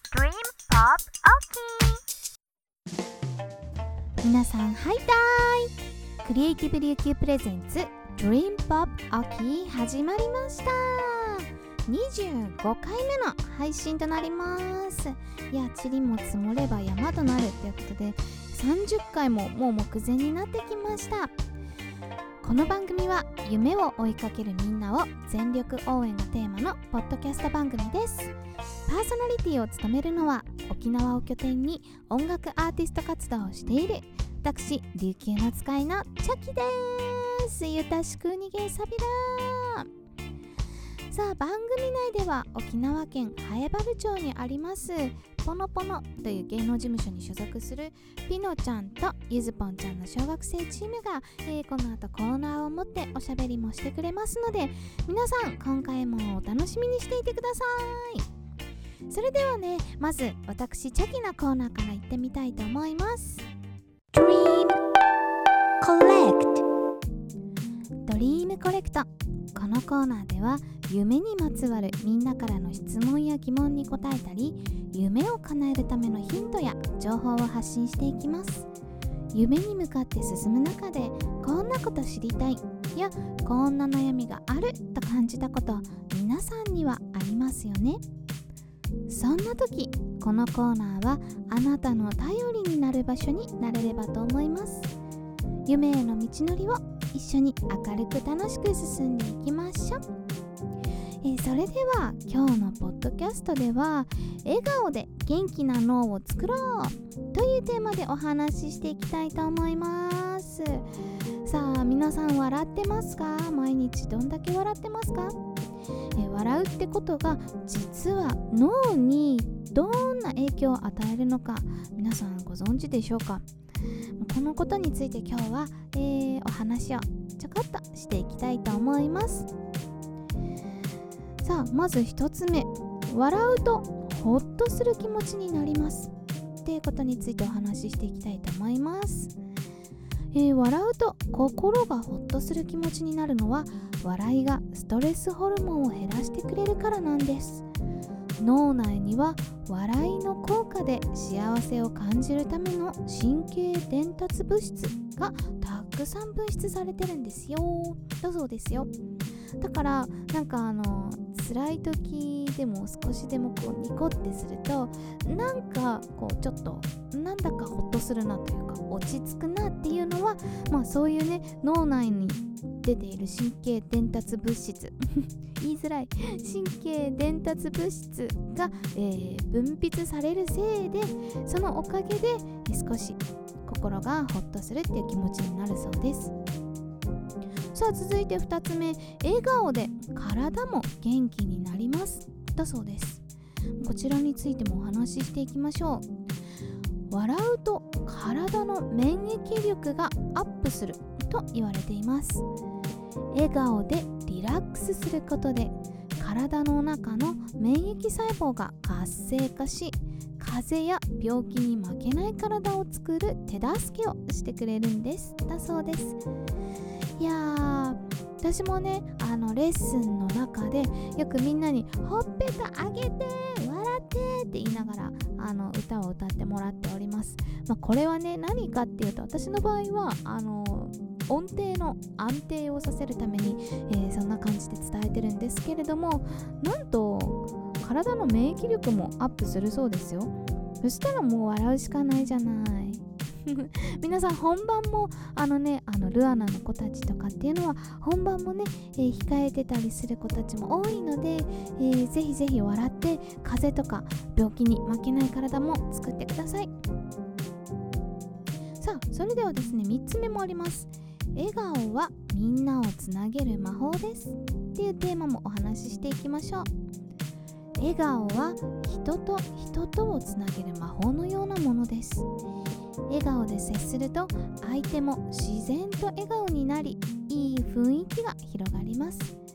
Dream Pop OK。 皆さんハイタイ。クリエイティブ琉球プレゼンツ Dream Pop OK 始まりました。25回目の配信となります。いや、塵も積もれば山となるということで30回ももう目前になってきました。この番組は夢を追いかけるみんなを全力応援がテーマのポッドキャスト番組です。パーソナリティを務めるのは沖縄を拠点に音楽アーティスト活動をしている私、琉球の使いのチャキです。ゆたしくにげさびら。さあ、番組内では沖縄県南風原町にありますポノポノという芸能事務所に所属するピノちゃんとゆずぽんちゃんの小学生チームが、この後コーナーを持っておしゃべりもしてくれますので、皆さん今回もお楽しみにしていてください。それではね、まず私チャキなコーナーから行ってみたいと思います。 Dream Collect。 ドリームコレクト。このコーナーでは夢にまつわるみんなからの質問や疑問に答えたり、夢を叶えるためのヒントや情報を発信していきます。夢に向かって進む中でこんなこと知りたいやこんな悩みがあると感じたこと皆さんにはありますよね。そんな時、このコーナーはあなたの頼りになる場所になれればと思います。夢への道のりを一緒に明るく楽しく進んでいきましょう。それでは今日のポッドキャストでは笑顔で元気な脳を作ろうというテーマでお話ししていきたいと思います。さあ、皆さん笑ってますか？毎日どんだけ笑ってますか？笑うってことが実は脳にどんな影響を与えるのか皆さんご存知でしょうか？このことについて今日は、お話をちょこっとしていきたいと思います。さあ、まず一つ目、笑うとホッとする気持ちになりますっていうことについてお話ししていきたいと思います。笑うと心がホッとする気持ちになるのは笑いがストレスホルモンを減らしてくれるからなんです。脳内には笑いの効果で幸せを感じるための神経伝達物質がたくさん分泌されてるんですよ。だそうですよ。だからなんか辛い時でも少しでもこうニコってするとなんかこうちょっとなんだかホッとするなというか落ち着くなっていうのは、そういうね、脳内に出ている神経伝達物質言いづらい神経伝達物質が、分泌されるせいで、そのおかげで少し心がホッとするっていう気持ちになるそうです。さあ、続いて2つ目、笑顔で体も元気になりますだそうです。こちらについてもお話ししていきましょう。笑うと体の免疫力がアップすると言われています。笑顔でリラックスすることで体の中の免疫細胞が活性化し、風邪や病気に負けない体を作る手助けをしてくれるんですだそうです。いやー、私もね、レッスンの中でよくみんなにほっぺた上げて笑ってって言いながら歌を歌ってもらっております。これはね、何かっていうと、私の場合は音程の安定をさせるために、そんな感じで伝えてるんですけれども、なんと体の免疫力もアップするそうですよ。そしたらもう笑うしかないじゃない皆さん本番もルアナの子たちとかっていうのは本番もね、控えてたりする子たちも多いので、ぜひぜひ笑って風邪とか病気に負けない体も作ってください。さあ、それではですね、3つ目もあります。笑顔はみんなをつなげる魔法ですっていうテーマもお話ししていきましょう。笑顔は人と人とをつなげる魔法のようなものです。笑顔で接すると相手も自然と笑顔になり、いい雰囲気が広がります。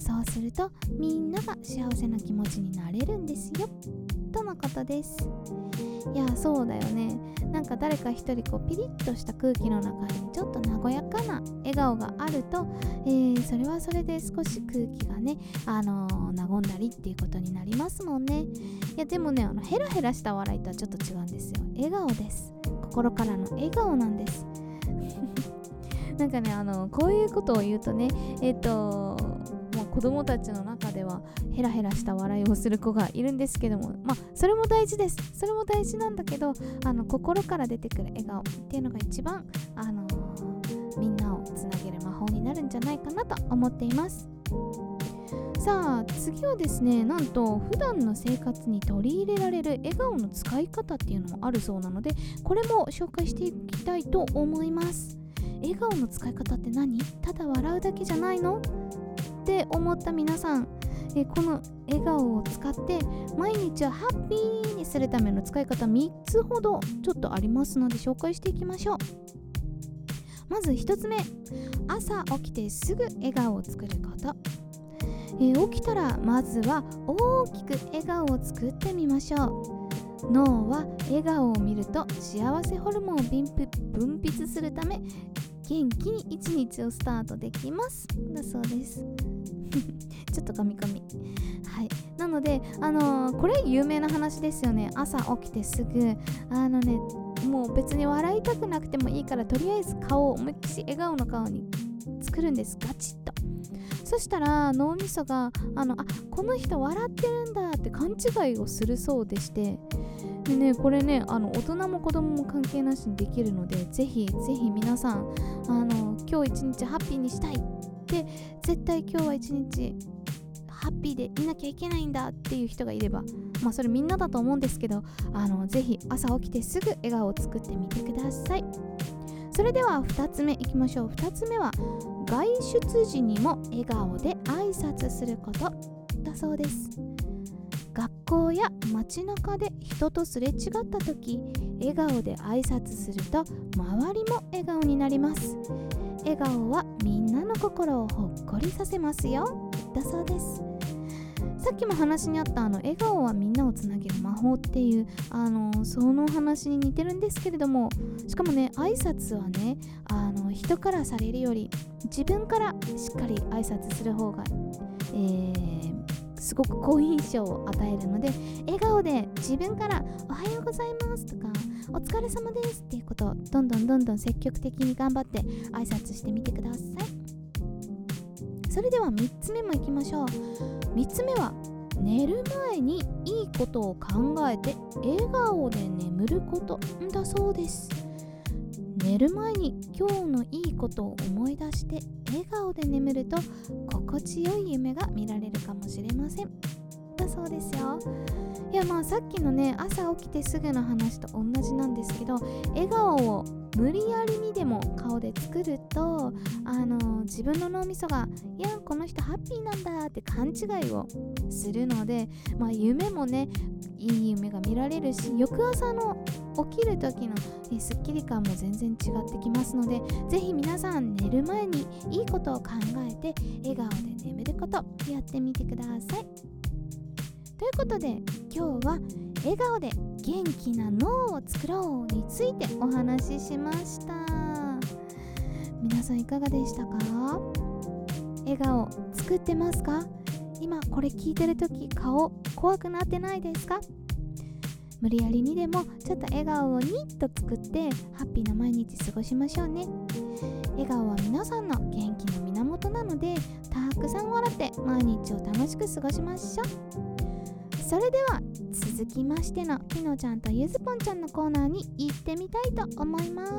そうするとみんなが幸せな気持ちになれるんですよ、とのことです。いや、そうだよね。なんか誰か一人ピリッとした空気の中にちょっと和やかな笑顔があると、それはそれで少し空気がね、和んだりっていうことになりますもんね。いやでもね、ヘラヘラした笑いとはちょっと違うんですよ。笑顔です。心からの笑顔なんですなんかね、こういうことを言うとね、子供たちの中ではヘラヘラした笑いをする子がいるんですけども、それも大事です。それも大事なんだけど、心から出てくる笑顔っていうのが一番みんなをつなげる魔法になるんじゃないかなと思っています。さあ次はですね、なんと普段の生活に取り入れられる笑顔の使い方っていうのもあるそうなので、これも紹介していきたいと思います。笑顔の使い方って何？ただ笑うだけじゃないの？って思った皆さん、この笑顔を使って毎日をハッピーにするための使い方3つほどちょっとありますので紹介していきましょう。まず1つ目、朝起きてすぐ笑顔を作ること。起きたらまずは大きく笑顔を作ってみましょう。脳は笑顔を見ると幸せホルモンを分泌するため元気に一日をスタートできますだそうですちょっと噛み噛み。はい。なのでこれ有名な話ですよね。朝起きてすぐもう別に笑いたくなくてもいいからとりあえず顔を思いっきし笑顔の顔に作るんです。ガチッと。そしたら脳みそがこの人笑ってるんだって勘違いをするそうでして、でね、これね大人も子供も関係なしにできるので、ぜひぜひ皆さん今日一日ハッピーにしたいって絶対今日は一日ハッピーでいなきゃいけないんだっていう人がいれば、それみんなだと思うんですけど、ぜひ朝起きてすぐ笑顔を作ってみてください。それでは2つ目いきましょう。2つ目は外出時にも笑顔で挨拶することだそうです。学校や街中で人とすれ違った時、笑顔で挨拶すると周りも笑顔になります。笑顔はみんなの心をほっこりさせますよだそうです。さっきも話にあった笑顔はみんなをつなげる魔法っていうその話に似てるんですけれども、しかもね、挨拶はね人からされるより自分からしっかり挨拶する方が、すごく好印象を与えるので、笑顔で自分からおはようございますとかお疲れ様ですっていうことをどんどん積極的に頑張って挨拶してみてください。それでは3つ目もいきましょう。3つ目は寝る前にいいことを考えて笑顔で眠ることだそうです。寝る前に今日のいいことを思い出して笑顔で眠ると心地よい夢が見られるかもしれませんだそうですよ。いやさっきのね朝起きてすぐの話と同じなんですけど、笑顔を無理やりにでも顔で作ると自分の脳みそがいやこの人ハッピーなんだって勘違いをするので、夢もねいい夢が見られるし、翌朝の起きる時のスッキリ感も全然違ってきますので、ぜひ皆さん寝る前にいいことを考えて笑顔で眠ることやってみてください。ということで今日は笑顔で元気な脳を作ろうについてお話ししました。皆さんいかがでしたか？笑顔作ってますか？今これ聞いてるとき顔怖くなってないですか？無理やりにでもちょっと笑顔をニッと作ってハッピーな毎日過ごしましょうね。笑顔は皆さんの元気の源なので、たくさん笑って毎日を楽しく過ごしましょう。それでは続きましてのピノちゃんとゆずぽんちゃんのコーナーに行ってみたいと思います。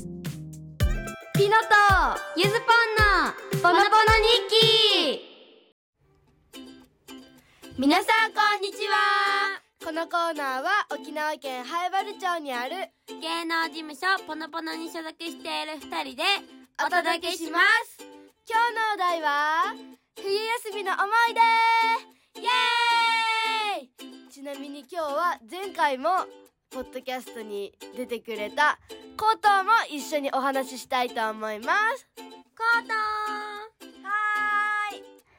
ピノとゆずぽんのポノポノ日記。皆さんこんにちは。 このコーナーは沖縄県南風原町にある芸能事務所ポノポノに所属している2人でお届けします。 今日のお題は冬休みの思い出イエーイ。ちなみに今日は前回もポッドキャストに出てくれたコートーも一緒にお話ししたいと思います。 コートー。 じ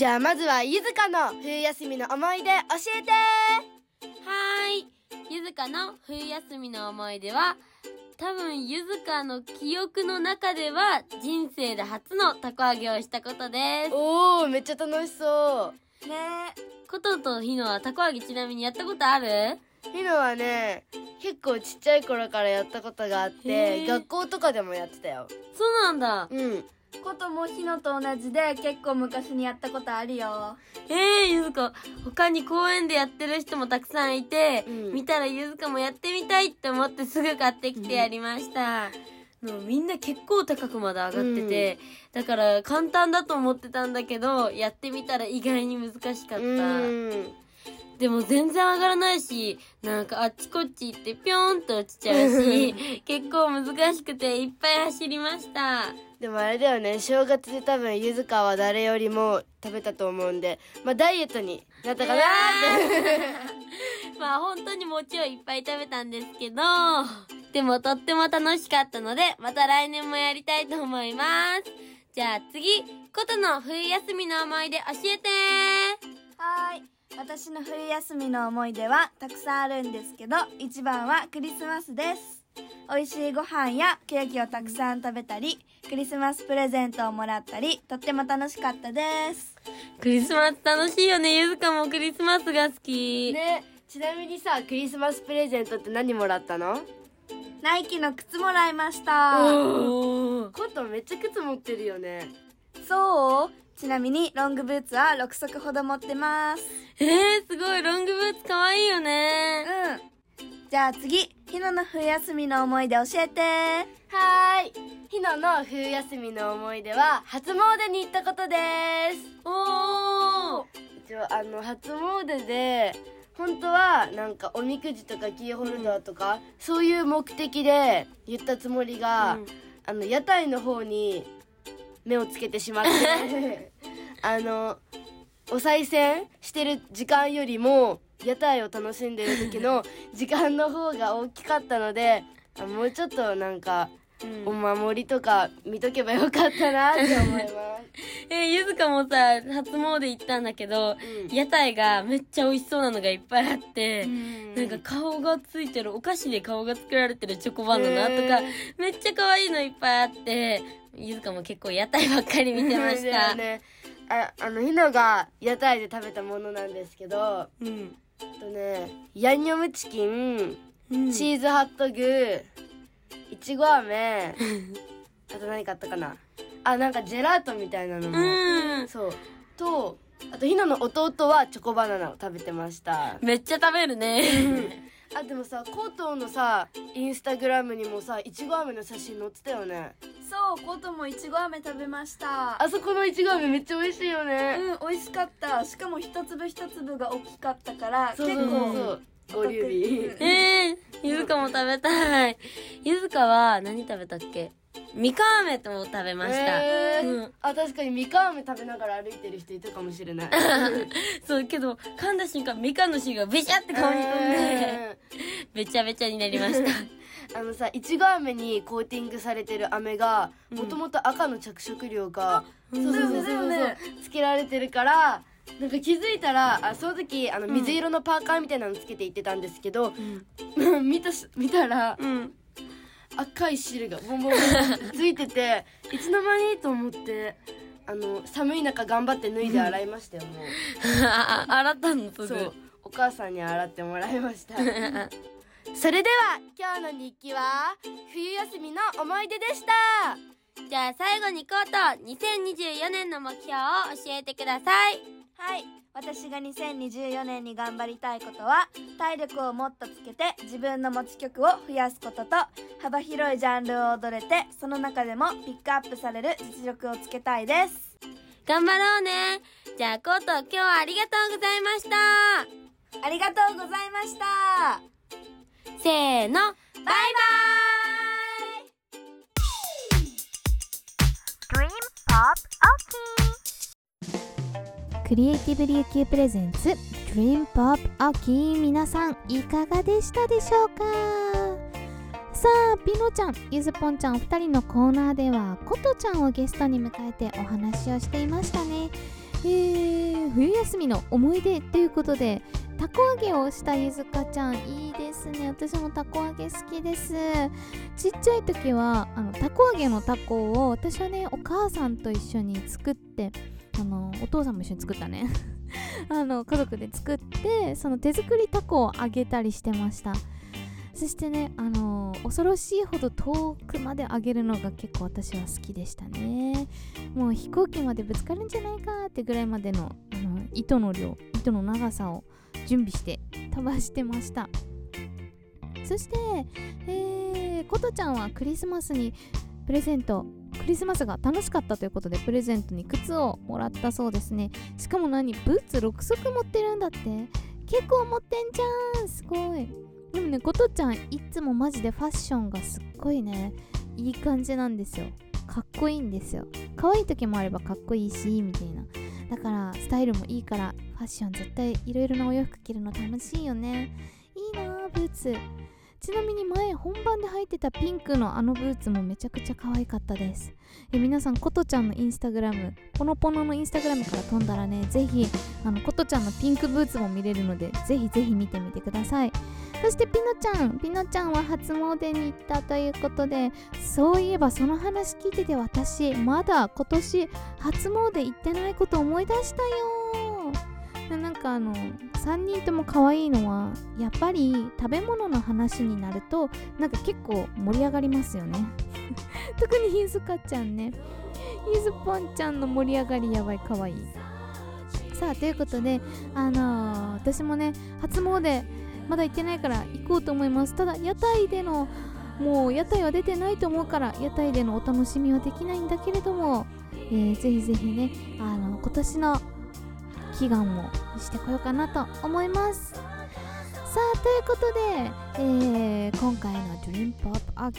じゃあまずはゆずかの冬休みの思い出教えて。 はーい、ゆずかの冬休みの思い出は、多分ゆずかの記憶の中では人生で初のたこ揚げをしたことです。 おー、めっちゃ楽しそうね。 こととひのはたこ揚げちなみにやったことある？ ひのはね、結構ちっちゃい頃からやったことがあっへーて、学校とかでもやってたよ。 そうなんだ。 こともひのと同じで結構昔にやったことあるよ。 ゆずか、他に公園でやってる人もたくさんいて、見たらゆずかもやってみたいって思ってすぐ買ってきてやりました。もうみんな結構高くまで上がってて、だから簡単だと思ってたんだけど、やってみたら意外に難しかった。でも全然上がらないし、なんかあっちこっち行ってぴょーんと落ちちゃうし、結構難しくていっぱい走りました。 でもあれだよね、正月で多分ゆずかは誰よりも食べたと思うんで、まあダイエットになったかなってまあ本当に餅をいっぱい食べたんですけど、でもとっても楽しかったので、また来年もやりたいと思います。じゃあ次、ことの冬休みの思い出教えて。 はーい、私の冬休みの思い出はたくさんあるんですけど、一番はクリスマスです。美味しいご飯やケーキをたくさん食べたり、クリスマスプレゼントをもらったり、とっても楽しかったです。 クリスマス楽しいよね。ゆずかもクリスマスが好き。 ね。ちなみにさ、クリスマスプレゼントって何もらったの？ ナイキの靴もらいました。 コトめっちゃ靴持ってるよね。 そう？ちなみにロングブーツは6足ほど持ってます。 すごい。ロングブーツかわいいよね。 じゃあ次、ひのの冬休みの思い出教えて。 はーい、ひのの冬休みの思い出は初詣に行ったことです。一応初詣で本当はなんかおみくじとかキーホルダーとか、そういう目的で言ったつもりが、屋台の方に目をつけてしまってお賽銭してる時間よりも屋台を楽しんでる時の時間の方が大きかったので、もうちょっとなんか、お守りとか見とけばよかったなって思いますゆずかもさ、初詣行ったんだけど、屋台がめっちゃ美味しそうなのがいっぱいあって、なんか顔がついてる、お菓子で顔が作られてるチョコバナナとか、めっちゃ可愛いのいっぱいあって、ゆずかも結構屋台ばっかり見てました。 ひのが屋台で食べたものなんですけど、ヤンニョムチキン、チーズハットグ、いちご飴あと何買ったかななんかジェラートみたいなのも、そうと、あとひなの弟はチョコバナナを食べてました。 めっちゃ食べるねでもさ、コートのさインスタグラムにもさいちご飴の写真載ってたよね。 そう、コートもいちご飴食べました。 あそこのいちご飴めっちゃ美味しいよね。 美味しかった。しかも一粒一粒が大きかったから結構ボリューミー。 ゆずかも食べたい。ゆずかは何食べたっけ？みかん飴と食べました。 確かにみかん飴食べながら歩いてる人いたかもしれないそうけど噛んだ瞬間みかんの汁がベシャって顔に飛んでべちゃべちゃになりましたさ、いちご飴にコーティングされてる飴がもともと赤の着色料がつけられてるから、なんか気づいたらその時水色のパーカーみたいなのつけて行ってたんですけど、見たら、赤い汁がボンボンボンってついてていつの間にと思って、寒い中頑張って脱いで洗いましたよ。もう洗ったの？ そう、お母さんに洗ってもらいましたそれでは今日の日記は冬休みの思い出でした。 じゃあ最後にコート2024年の目標を教えてください。 はい、私が2024年に頑張りたいことは、体力をもっとつけて自分の持ち曲を増やすことと、幅広いジャンルを踊れてその中でもピックアップされる実力をつけたいです。 頑張ろうね。じゃあコート今日はありがとうございました。 ありがとうございました。 せーの、バイバーイ。クリエイティブ琉球プレゼンツ Dream Pop Aki、 皆さんいかがでしたでしょうか。さあ、ピノちゃん、ゆずぽんちゃん2人のコーナーではことちゃんをゲストに迎えてお話をしていましたね。 冬休みの思い出ということで、たこ揚げをしたゆずかちゃん、いいですね。私もたこ揚げ好きです。ちっちゃい時はたこ揚げのたこを私はね、お母さんと一緒に作って、お父さんも一緒に作ったね家族で作って、その手作りたこを揚げたりしてました。そしてね、恐ろしいほど遠くまで揚げるのが結構私は好きでしたね。もう飛行機までぶつかるんじゃないかってぐらいまでの糸の量、糸の長さを準備して飛ばしてました。そして、ことちゃんはクリスマスにプレゼント、クリスマスが楽しかったということでプレゼントに靴をもらったそうですね。しかもブーツ6足持ってるんだって。結構持ってんじゃん、すごい。でもね、ことちゃんいつもマジでファッションがすっごいね、いい感じなんですよ。かっこいいんですよ。可愛い時もあればかっこいいしみたいな。だからスタイルもいいから、ファッション絶対いろいろなお洋服着るの楽しいよね。いいなブーツ。ちなみに前本番で履いてたピンクのブーツもめちゃくちゃ可愛かったです。皆さん、ことちゃんのインスタグラム、ポノポノのインスタグラムから飛んだらね、ぜひことちゃんのピンクブーツも見れるので、ぜひぜひ見てみてください。そしてピノちゃんは初詣に行ったということで、そういえばその話聞いてて、私まだ今年初詣行ってないこと思い出したよ。なんか3人とも可愛いのは、やっぱり食べ物の話になるとなんか結構盛り上がりますよね特にゆずかちゃんね、ゆずぽんちゃんの盛り上がりやばい、可愛い。さあ、ということで私もね、初詣まだ行ってないから行こうと思います。ただ屋台での、もう屋台は出てないと思うから屋台でのお楽しみはできないんだけれども、ぜひぜひね、今年の祈願もしてこようかなと思います。さあ、ということで、今回のドリームポップ秋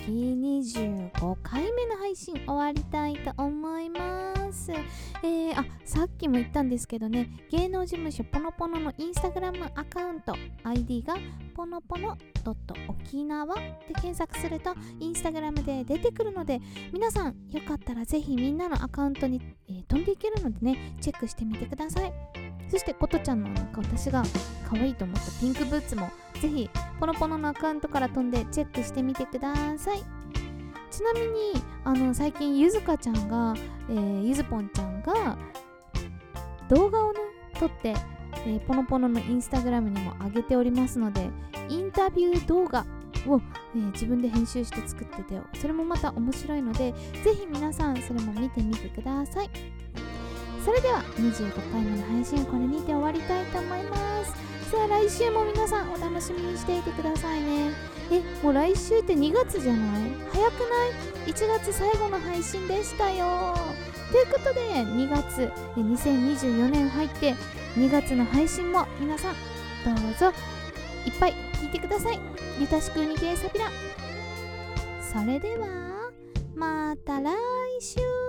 25回目の配信終わりたいと思います。さっきも言ったんですけどね、芸能事務所ポノポノのインスタグラムアカウント ID がポノポノ沖縄で検索するとインスタグラムで出てくるので、皆さんよかったらぜひみんなのアカウントに、飛んでいけるのでね、チェックしてみてください。そしてことちゃんの私が可愛いと思ったピンクブーツもぜひポノポノのアカウントから飛んでチェックしてみてください。ちなみに最近ゆずかちゃんが、ゆずぽんちゃんが動画をね撮って、ポノポノのインスタグラムにも上げておりますので、インタビュー動画を、自分で編集して作ってて、それもまた面白いので、ぜひ皆さんそれも見てみてください。それでは25回目の配信、これにて終わりたいと思います。さあ、来週も皆さんお楽しみにしていてくださいね。もう来週って2月じゃない？早くない？ 1 月最後の配信でしたよ。ということで2月2024年入って2月の配信も皆さんどうぞいっぱい聞いてください。ゆたしくにてさびら。それではまた来週。